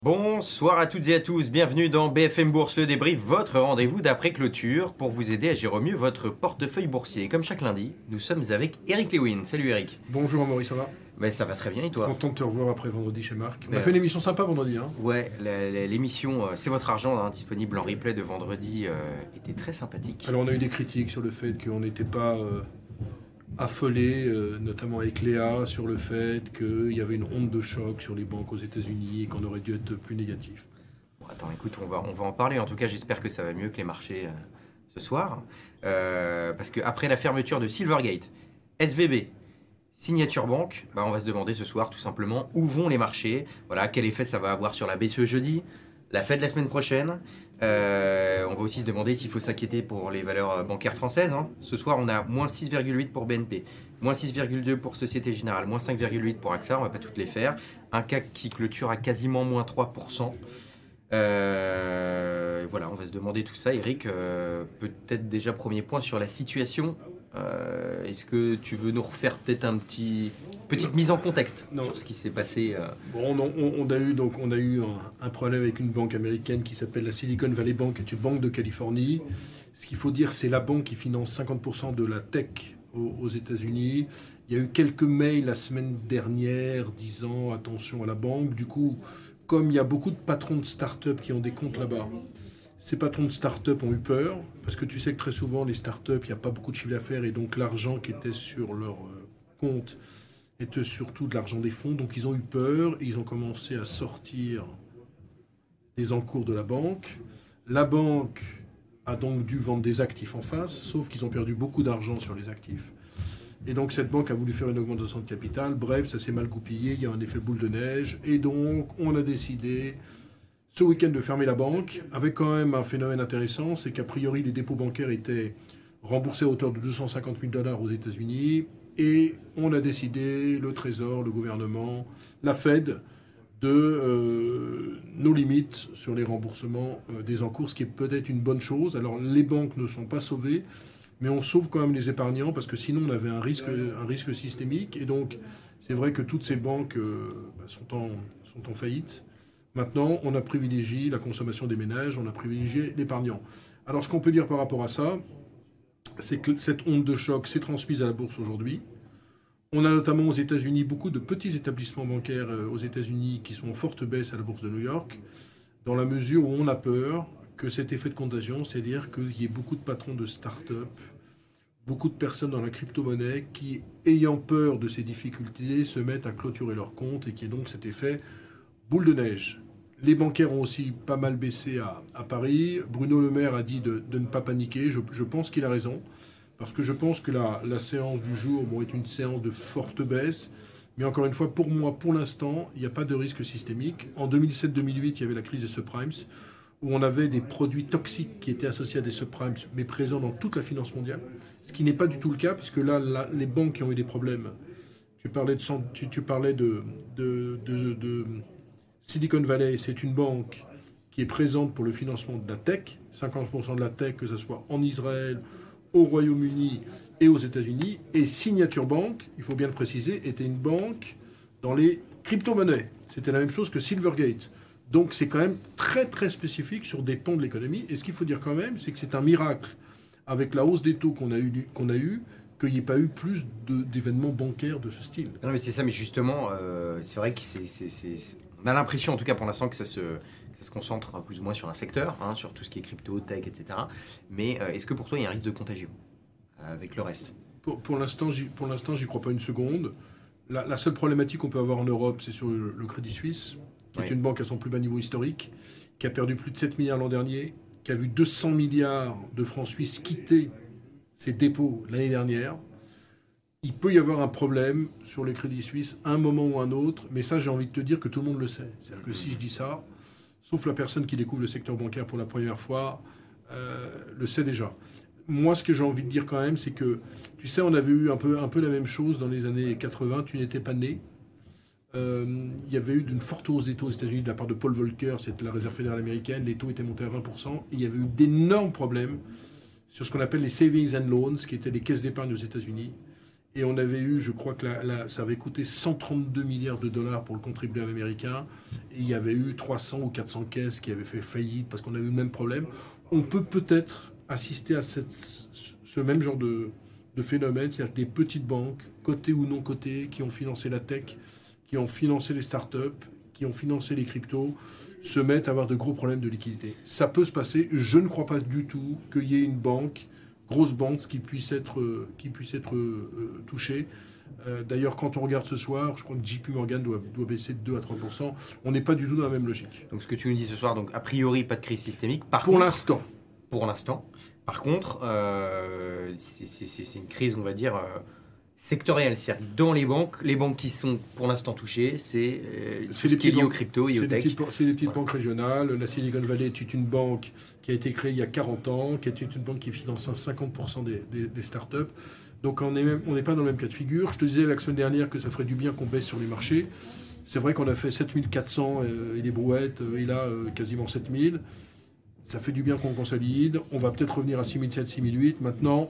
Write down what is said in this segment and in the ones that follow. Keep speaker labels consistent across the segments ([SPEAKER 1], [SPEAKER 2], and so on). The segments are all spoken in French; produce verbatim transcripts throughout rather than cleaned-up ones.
[SPEAKER 1] Bonsoir à toutes et à tous, bienvenue dans B F M Bourse le débrief, votre rendez-vous d'après clôture pour vous aider à gérer au mieux votre portefeuille boursier. Comme chaque lundi, nous sommes avec Eric Lewin. Salut Eric.
[SPEAKER 2] Bonjour Maurice, ça va?
[SPEAKER 1] Ben, ça va très bien et toi?
[SPEAKER 2] Content de te revoir après vendredi chez Marc. On
[SPEAKER 1] Ben,
[SPEAKER 2] a fait une émission sympa vendredi, hein?
[SPEAKER 1] Ouais, la- la- l'émission euh, C'est votre argent, hein, disponible en replay de vendredi, euh, était très sympathique.
[SPEAKER 2] Alors on a eu des critiques sur le fait qu'on n'était pas euh, affolé, euh, notamment avec Léa, sur le fait qu'il y avait une onde de choc sur les banques aux États-Unis et qu'on aurait dû être plus négatif.
[SPEAKER 1] Bon, attends, écoute, on va, on va en parler. En tout cas, j'espère que ça va mieux que les marchés euh, ce soir. Euh, parce qu'après la fermeture de Silvergate, S V B, Signature Bank, bah, on va se demander ce soir tout simplement où vont les marchés. Voilà, quel effet ça va avoir sur la B C E jeudi, la Fed la semaine prochaine. Euh, on va aussi se demander s'il faut s'inquiéter pour les valeurs bancaires françaises. Hein. Ce soir, on a moins six virgule huit pour B N P, moins six virgule deux pour Société Générale, moins cinq virgule huit pour A X A. On va pas toutes les faire. Un C A C qui clôture à quasiment moins trois pour cent. Euh, voilà, on va se demander tout ça. Eric, euh, peut-être déjà premier point sur la situation. Euh, est-ce que tu veux nous refaire peut-être un petit petite mise en contexte
[SPEAKER 2] Non.
[SPEAKER 1] sur ce qui s'est passé euh...
[SPEAKER 2] Bon, on, on- on a eu, donc, on a eu un, un problème avec une banque américaine qui s'appelle la Silicon Valley Bank, qui est une banque de Californie. Ce qu'il faut dire, c'est la banque qui finance cinquante pour cent de la tech aux, aux États-Unis. Il y a eu quelques mails la semaine dernière disant attention à la banque. Du coup, comme il y a beaucoup de patrons de start-up qui ont des comptes là-bas, ces patrons de start-up ont eu peur, parce que tu sais que très souvent, les start-up, il n'y a pas beaucoup de chiffre d'affaires, et donc l'argent qui était sur leur euh, compte était surtout de l'argent des fonds. Donc ils ont eu peur, et ils ont commencé à sortir des encours de la banque. La banque a donc dû vendre des actifs en face, sauf qu'ils ont perdu beaucoup d'argent sur les actifs. Et donc cette banque a voulu faire une augmentation de capital. Bref, ça s'est mal goupillé, il y a un effet boule de neige. Et donc on a décidé ce week-end de fermer la banque, avec quand même un phénomène intéressant, c'est qu'a priori les dépôts bancaires étaient remboursés à hauteur de deux cent cinquante mille dollars aux États-Unis. Et on a décidé, le Trésor, le gouvernement, la Fed, de euh, nos limites sur les remboursements euh, des encours, ce qui est peut-être une bonne chose. Alors les banques ne sont pas sauvées, mais on sauve quand même les épargnants parce que sinon on avait un risque, un risque systémique. Et donc c'est vrai que toutes ces banques euh, bah, sont, en, sont en faillite. Maintenant, on a privilégié la consommation des ménages, on a privilégié l'épargnant. Alors ce qu'on peut dire par rapport à ça, c'est que cette onde de choc s'est transmise à la bourse aujourd'hui. On a notamment aux États-Unis beaucoup de petits établissements bancaires euh, aux États-Unis qui sont en forte baisse à la bourse de New York, dans la mesure où on a peur que cet effet de contagion, c'est-à-dire qu'il y ait beaucoup de patrons de start-up, beaucoup de personnes dans la crypto-monnaie qui, ayant peur de ces difficultés, se mettent à clôturer leurs comptes et qui est donc cet effet boule de neige. Les bancaires ont aussi pas mal baissé à, à Paris. Bruno Le Maire a dit de, de ne pas paniquer. Je, je pense qu'il a raison. Parce que je pense que la, la séance du jour bon, est une séance de forte baisse. Mais encore une fois, pour moi, pour l'instant, il n'y a pas de risque systémique. En deux mille sept deux mille huit, il y avait la crise des subprimes, où on avait des produits toxiques qui étaient associés à des subprimes, mais présents dans toute la finance mondiale. Ce qui n'est pas du tout le cas, puisque là, là les banques qui ont eu des problèmes, tu parlais de, tu, tu parlais de, de, de, de Silicon Valley, c'est une banque qui est présente pour le financement de la tech, cinquante pour cent de la tech, que ce soit en Israël, au Royaume-Uni et aux États-Unis. Et Signature Bank, il faut bien le préciser, était une banque dans les crypto-monnaies. C'était la même chose que Silvergate. Donc c'est quand même très très spécifique sur des pans de l'économie. Et ce qu'il faut dire quand même, c'est que c'est un miracle, avec la hausse des taux qu'on a eu, qu'on a eu qu'il n'y ait pas eu plus de, d'événements bancaires de ce style.
[SPEAKER 1] Non mais c'est ça, mais justement, euh, c'est vrai que c'est, c'est, c'est, c'est- on a l'impression en tout cas pour l'instant que ça se, que ça se concentre plus ou moins sur un secteur, hein, sur tout ce qui est crypto, tech, et cetera. Mais euh, est-ce que pour toi il y a un risque de contagion euh, avec le reste?
[SPEAKER 2] Pour, pour l'instant, j'y, pour l'instant, j'y crois pas une seconde. La, la seule problématique qu'on peut avoir en Europe, c'est sur le, le Crédit Suisse, qui
[SPEAKER 1] Oui.
[SPEAKER 2] est une banque à son plus bas niveau historique, qui a perdu plus de sept milliards l'an dernier, qui a vu deux cents milliards de francs suisses quitter ses dépôts l'année dernière. Il peut y avoir un problème sur le Crédit Suisse à un moment ou un autre, mais ça, j'ai envie de te dire que tout le monde le sait. C'est-à-dire que si je dis ça, sauf la personne qui découvre le secteur bancaire pour la première fois, euh, le sait déjà. Moi, ce que j'ai envie de dire quand même, c'est que, tu sais, on avait eu un peu, un peu la même chose dans les années quatre-vingts, tu n'étais pas né. Euh, il y avait eu une forte hausse des taux aux États-Unis de la part de Paul Volcker, c'était la Réserve fédérale américaine, les taux étaient montés à vingt pour cent, et il y avait eu d'énormes problèmes sur ce qu'on appelle les savings and loans, qui étaient les caisses d'épargne aux États-Unis. Et on avait eu, je crois que la, la, ça avait coûté cent trente-deux milliards de dollars pour le contribuable américain. Et il y avait eu trois cents ou quatre cents caisses qui avaient fait faillite parce qu'on avait eu le même problème. On peut peut-être assister à cette, ce même genre de, de phénomène, c'est-à-dire que des petites banques, cotées ou non cotées, qui ont financé la tech, qui ont financé les startups, qui ont financé les cryptos, se mettent à avoir de gros problèmes de liquidité. Ça peut se passer. Je ne crois pas du tout qu'il y ait une banque, grosse banque, qui puisse être, qui puisse être euh, touchée. Euh, d'ailleurs, quand on regarde ce soir, je crois que J P Morgan doit, doit baisser de deux à trois pour cent. On n'est pas du tout dans la même logique.
[SPEAKER 1] Donc ce que tu nous dis ce soir, donc a priori pas de crise systémique. Par
[SPEAKER 2] Pour
[SPEAKER 1] contre,
[SPEAKER 2] l'instant.
[SPEAKER 1] Pour l'instant. Par contre, euh, c'est, c'est, c'est une crise, on va dire, euh, sectorielle. C'est-à-dire que dans les banques, les banques qui sont pour l'instant touchées, c'est, euh,
[SPEAKER 2] c'est
[SPEAKER 1] ce qui est lié
[SPEAKER 2] banques,
[SPEAKER 1] aux crypto et
[SPEAKER 2] c'est
[SPEAKER 1] aux tech.
[SPEAKER 2] Des petites, c'est des petites
[SPEAKER 1] ouais.
[SPEAKER 2] banques régionales. La Silicon Valley est une banque qui a été créée il y a quarante ans, qui est une banque qui finance cinquante pour cent des, des, des startups. Donc on n'est pas dans le même cas de figure. Je te disais la semaine dernière que ça ferait du bien qu'on baisse sur les marchés. C'est vrai qu'on a fait sept mille quatre cents euh, et des brouettes, euh, et là euh, quasiment sept mille. Ça fait du bien qu'on consolide. On va peut-être revenir à six mille sept, six mille huit. Maintenant,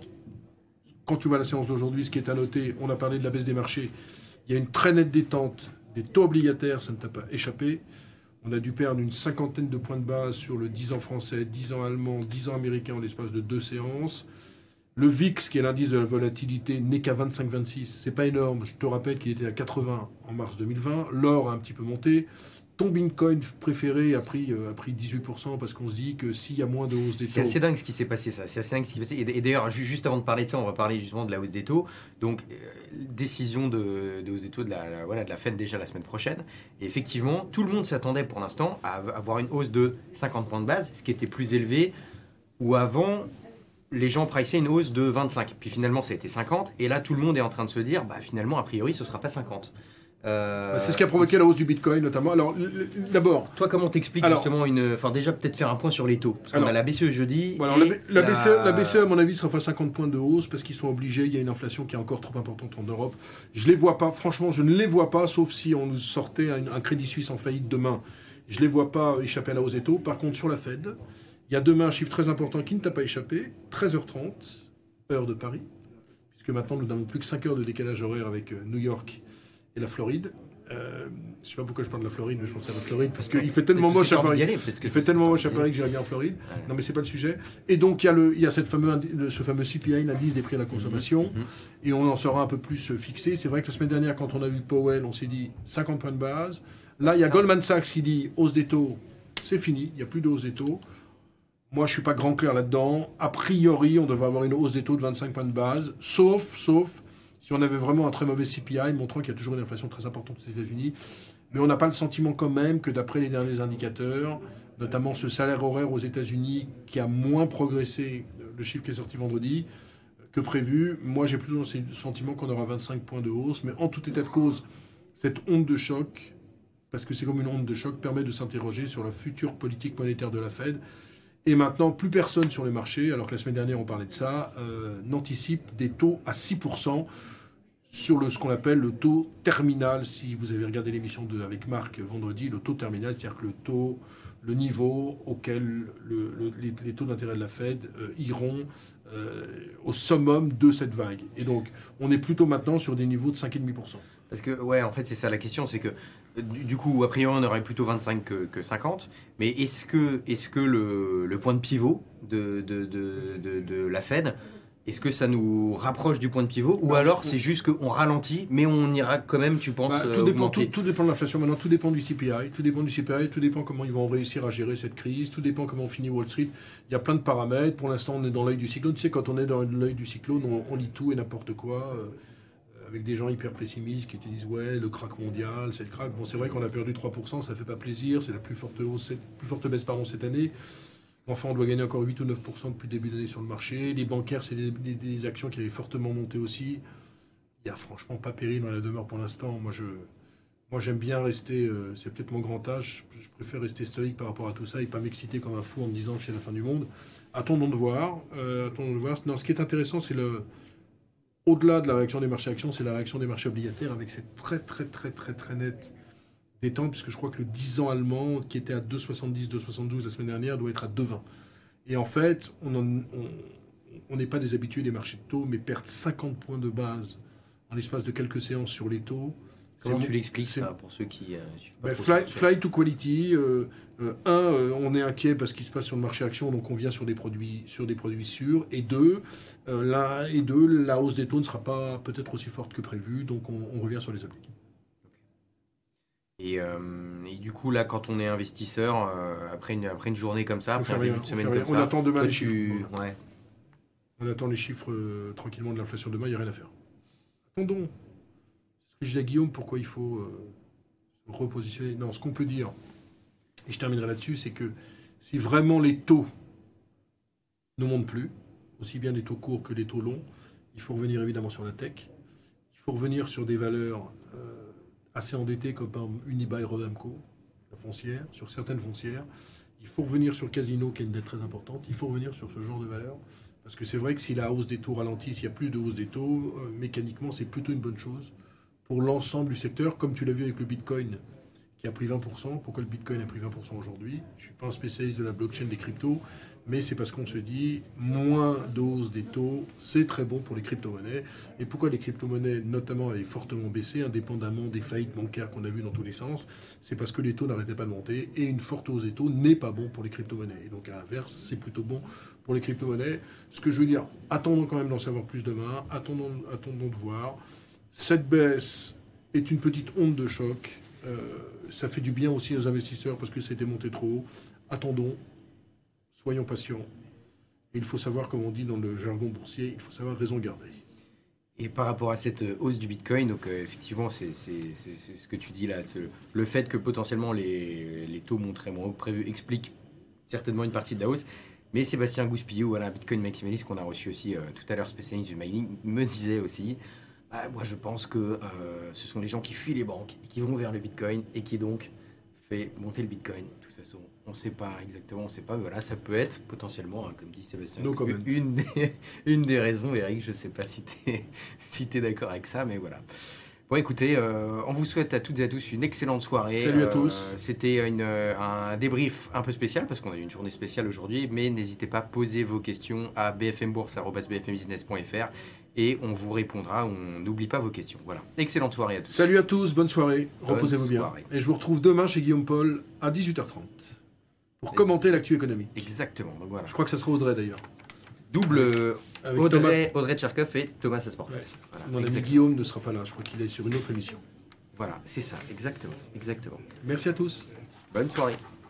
[SPEAKER 2] quand tu vas à la séance d'aujourd'hui, ce qui est à noter, on a parlé de la baisse des marchés. Il y a une très nette détente des taux obligataires, ça ne t'a pas échappé. On a dû perdre une cinquantaine de points de base sur le dix ans français, dix ans allemand, dix ans américain en l'espace de deux séances. Le V I X, qui est l'indice de la volatilité, n'est qu'à vingt-cinq vingt-six. C'est pas énorme. Je te rappelle qu'il était à quatre-vingts en mars deux mille vingt. L'or a un petit peu monté. Ton Bitcoin préféré a pris, euh, a pris dix-huit pour cent parce qu'on se dit que s'il y a moins de hausse des taux...
[SPEAKER 1] C'est assez dingue ce qui s'est passé, ça. C'est assez dingue ce qui s'est passé. Et, et d'ailleurs, juste avant de parler de ça, on va parler justement de la hausse des taux. Donc, euh, décision de, de hausse des taux de la, la, voilà, de la Fed déjà la semaine prochaine. Et effectivement, tout le monde s'attendait pour l'instant à avoir une hausse de cinquante points de base, ce qui était plus élevé, où avant... les gens priçaient une hausse de vingt-cinq. Puis finalement, ça a été cinquante. Et là, tout le monde est en train de se dire, bah finalement, a priori, ce ne sera pas cinquante. Euh,
[SPEAKER 2] c'est ce qui a provoqué la hausse du Bitcoin, notamment. Alors, d'abord...
[SPEAKER 1] Toi, comment t'expliques alors, justement une... Enfin, déjà, peut-être faire un point sur les taux. Parce qu'on a la B C E jeudi.
[SPEAKER 2] Voilà, la, la, B C E, la B C E, à mon avis, sera fois cinquante points de hausse parce qu'ils sont obligés. Il y a une inflation qui est encore trop importante en Europe. Je ne les vois pas. Franchement, je ne les vois pas, sauf si on nous sortait un, un Crédit Suisse en faillite demain. Je ne les vois pas échapper à la hausse des taux. Par contre, sur la Fed... il y a demain un chiffre très important qui ne t'a pas échappé, treize heures trente, heure de Paris, puisque maintenant nous n'avons plus que cinq heures de décalage horaire avec New York et la Floride. Euh, je ne sais pas pourquoi je parle de la Floride, mais je pense à la Floride, parce qu'il fait tellement moche à Paris.
[SPEAKER 1] Aller,
[SPEAKER 2] il fait tellement moche à Paris que j'irai bien en Floride. Ouais. Non, mais c'est pas le sujet. Et donc il y a, le, il y a cette fameux, ce fameux C P I, l'indice des prix à la consommation, mm-hmm. et on en sera un peu plus fixé. C'est vrai que la semaine dernière, quand on a vu Powell, on s'est dit cinquante points de base. Là, il y a Goldman Sachs qui dit hausse des taux, c'est fini, il n'y a plus de hausse des taux. Moi, je ne suis pas grand clair là-dedans. A priori, on devrait avoir une hausse des taux de vingt-cinq points de base, sauf, sauf si on avait vraiment un très mauvais C P I, montrant qu'il y a toujours une inflation très importante aux États-Unis. Mais on n'a pas le sentiment quand même que d'après les derniers indicateurs, notamment ce salaire horaire aux États-Unis qui a moins progressé, le chiffre qui est sorti vendredi, que prévu, moi j'ai plutôt le sentiment qu'on aura vingt-cinq points de hausse. Mais en tout état de cause, cette onde de choc, parce que c'est comme une onde de choc, permet de s'interroger sur la future politique monétaire de la Fed. Et maintenant, plus personne sur les marchés, alors que la semaine dernière on parlait de ça, euh, n'anticipe des taux à six pour cent sur le, ce qu'on appelle le taux terminal. Si vous avez regardé l'émission de, avec Marc vendredi, le taux terminal, c'est-à-dire que le taux, le niveau auquel le, le, les, les taux d'intérêt de la Fed euh, iront euh, au summum de cette vague. Et donc, on est plutôt maintenant sur des niveaux de cinq virgule cinq pour cent.
[SPEAKER 1] Parce que, ouais, en fait, c'est ça la question, c'est que du, du coup, a priori, on aurait plutôt vingt-cinq que, que cinquante, mais est-ce que, est-ce que le, le point de pivot de, de, de, de, de la Fed, est-ce que ça nous rapproche du point de pivot, ou bah, alors on... c'est juste qu'on ralentit, mais on ira quand même, tu penses, bah,
[SPEAKER 2] tout, dépend,
[SPEAKER 1] augmenter.
[SPEAKER 2] tout, tout dépend de l'inflation, maintenant tout dépend du C P I, tout dépend du C P I, tout dépend comment ils vont réussir à gérer cette crise, tout dépend comment finit Wall Street. Il y a plein de paramètres, pour l'instant on est dans l'œil du cyclone, tu sais, quand on est dans l'œil du cyclone, on, on lit tout et n'importe quoi, euh, avec des gens hyper pessimistes qui te disent ouais, le krach mondial, c'est le krach. Bon, c'est vrai qu'on a perdu trois pour cent, ça fait pas plaisir, c'est la plus forte hausse, plus forte baisse pardon, cette année. Enfin, on doit gagner encore huit ou neuf pour cent depuis le début d'année sur le marché. Les bancaires, c'est des, des, des actions qui avaient fortement monté aussi. Il n'y a franchement pas péril dans la demeure pour l'instant. Moi, je, moi j'aime bien rester, euh, c'est peut-être mon grand âge, je préfère rester stoïque par rapport à tout ça et pas m'exciter comme un fou en me disant que c'est la fin du monde. Attendons de voir. Euh, attendons de voir. Non, ce qui est intéressant, c'est le... Au-delà de la réaction des marchés actions, c'est la réaction des marchés obligataires avec cette très, très, très, très, très nette détente, puisque je crois que le dix ans allemand, qui était à deux virgule soixante-dix, deux virgule soixante-douze la semaine dernière, doit être à deux virgule vingt. Et en fait, on n'est pas des habitués des marchés de taux, mais perdre cinquante points de base en l'espace de quelques séances sur les taux.
[SPEAKER 1] Comment
[SPEAKER 2] C'est
[SPEAKER 1] tu
[SPEAKER 2] mon-
[SPEAKER 1] l'expliques
[SPEAKER 2] c'est-
[SPEAKER 1] ça pour ceux qui euh, suivent pas
[SPEAKER 2] Ben,
[SPEAKER 1] trop
[SPEAKER 2] fly,
[SPEAKER 1] ce marché?
[SPEAKER 2] fly to quality. Euh, euh, un, euh, on est inquiet parce qu'il se passe sur le marché action, donc on vient sur des produits, sur des produits sûrs. Et deux, euh, la, et deux, la hausse des taux ne sera pas peut-être aussi forte que prévu, donc on, on revient sur les obliques.
[SPEAKER 1] Et, euh, et du coup, là, quand on est investisseur, euh, après, une, après une journée comme ça,
[SPEAKER 2] On
[SPEAKER 1] après
[SPEAKER 2] fait
[SPEAKER 1] un
[SPEAKER 2] rien,
[SPEAKER 1] début de
[SPEAKER 2] on
[SPEAKER 1] semaine
[SPEAKER 2] fait
[SPEAKER 1] comme
[SPEAKER 2] rien. On
[SPEAKER 1] ça,
[SPEAKER 2] attend demain
[SPEAKER 1] toi,
[SPEAKER 2] les
[SPEAKER 1] tu...
[SPEAKER 2] chiffres.
[SPEAKER 1] Ouais.
[SPEAKER 2] On attend les chiffres euh, tranquillement de l'inflation demain, il n'y a rien à faire. Attendons. C'est ce que je disais à Guillaume, pourquoi il faut euh, repositionner. Non, ce qu'on peut dire, et je terminerai là-dessus, c'est que si vraiment les taux ne montent plus, aussi bien les taux courts que les taux longs, il faut revenir évidemment sur la tech. Il faut revenir sur des valeurs euh, assez endettées comme par exemple Unibail Rodamco, la foncière, sur certaines foncières. Il faut revenir sur Casino, qui a une dette très importante. Il faut revenir sur ce genre de valeurs. Parce que c'est vrai que si la hausse des taux ralentit, s'il y a plus de hausse des taux, euh, mécaniquement, c'est plutôt une bonne chose pour l'ensemble du secteur, comme tu l'as vu avec le Bitcoin, qui a pris vingt pour cent. Pourquoi le Bitcoin a pris vingt pour cent aujourd'hui? Je ne suis pas un spécialiste de la blockchain des cryptos, mais c'est parce qu'on se dit, moins de hausse des taux, c'est très bon pour les crypto-monnaies. Et pourquoi les crypto-monnaies, notamment, avaient fortement baissé, indépendamment des faillites bancaires qu'on a vues dans tous les sens? C'est parce que les taux n'arrêtaient pas de monter, et une forte hausse des taux n'est pas bon pour les crypto-monnaies. Et donc, à l'inverse, c'est plutôt bon pour les crypto-monnaies. Ce que je veux dire, attendons quand même d'en savoir plus demain, attendons, attendons de voir. Cette baisse est une petite onde de choc. Euh, ça fait du bien aussi aux investisseurs parce que c'était monté trop haut. Attendons, soyons patients. Et il faut savoir, comme on dit dans le jargon boursier, il faut savoir raison garder.
[SPEAKER 1] Et par rapport à cette euh, hausse du Bitcoin, donc euh, effectivement, c'est c'est- c'est- c'est ce que tu dis là, ce- le fait que potentiellement les, les taux monteraient moins haut que prévu explique certainement une partie de la hausse. Mais Sébastien Gouspillou, voilà, Bitcoin maximaliste qu'on a reçu aussi euh, tout à l'heure, spécialiste du mining, me disait aussi, ah, moi je pense que euh, ce sont les gens qui fuient les banques et qui vont vers le Bitcoin et qui donc fait monter le Bitcoin. De toute façon, on ne sait pas exactement, on ne sait pas, mais voilà, ça peut être potentiellement, hein, comme dit Sébastien,
[SPEAKER 2] No
[SPEAKER 1] Gouspillou,
[SPEAKER 2] comment.
[SPEAKER 1] une des, une des raisons. Eric, je ne sais pas si tu es, si t'es d'accord avec ça, mais voilà. Bon, écoutez, euh, on vous souhaite à toutes et à tous une excellente soirée.
[SPEAKER 2] Salut à
[SPEAKER 1] Euh,
[SPEAKER 2] tous.
[SPEAKER 1] C'était une, euh, un débrief un peu spécial parce qu'on a eu une journée spéciale aujourd'hui, mais n'hésitez pas à poser vos questions à b f m bourse arobase b f m business point f r et on vous répondra. On n'oublie pas vos questions. Voilà. Excellente soirée à tous.
[SPEAKER 2] Salut à tous, bonne soirée,
[SPEAKER 1] Bonne
[SPEAKER 2] reposez-vous bien.
[SPEAKER 1] soirée.
[SPEAKER 2] Et je vous retrouve demain chez Guillaume Paul à dix-huit heures trente pour commenter
[SPEAKER 1] Exact.
[SPEAKER 2] l'actu économique.
[SPEAKER 1] Exactement. Donc voilà.
[SPEAKER 2] Je crois que ça sera Audrey d'ailleurs.
[SPEAKER 1] Double euh,
[SPEAKER 2] Avec
[SPEAKER 1] Audrey, Audrey Tcherkov et Thomas Asportas.
[SPEAKER 2] Ouais.
[SPEAKER 1] Voilà.
[SPEAKER 2] Mon ami
[SPEAKER 1] Exactement.
[SPEAKER 2] Guillaume ne sera pas là, je crois qu'il est sur une autre émission.
[SPEAKER 1] Voilà, c'est ça. Exactement. Exactement.
[SPEAKER 2] Merci à tous.
[SPEAKER 1] Bonne soirée.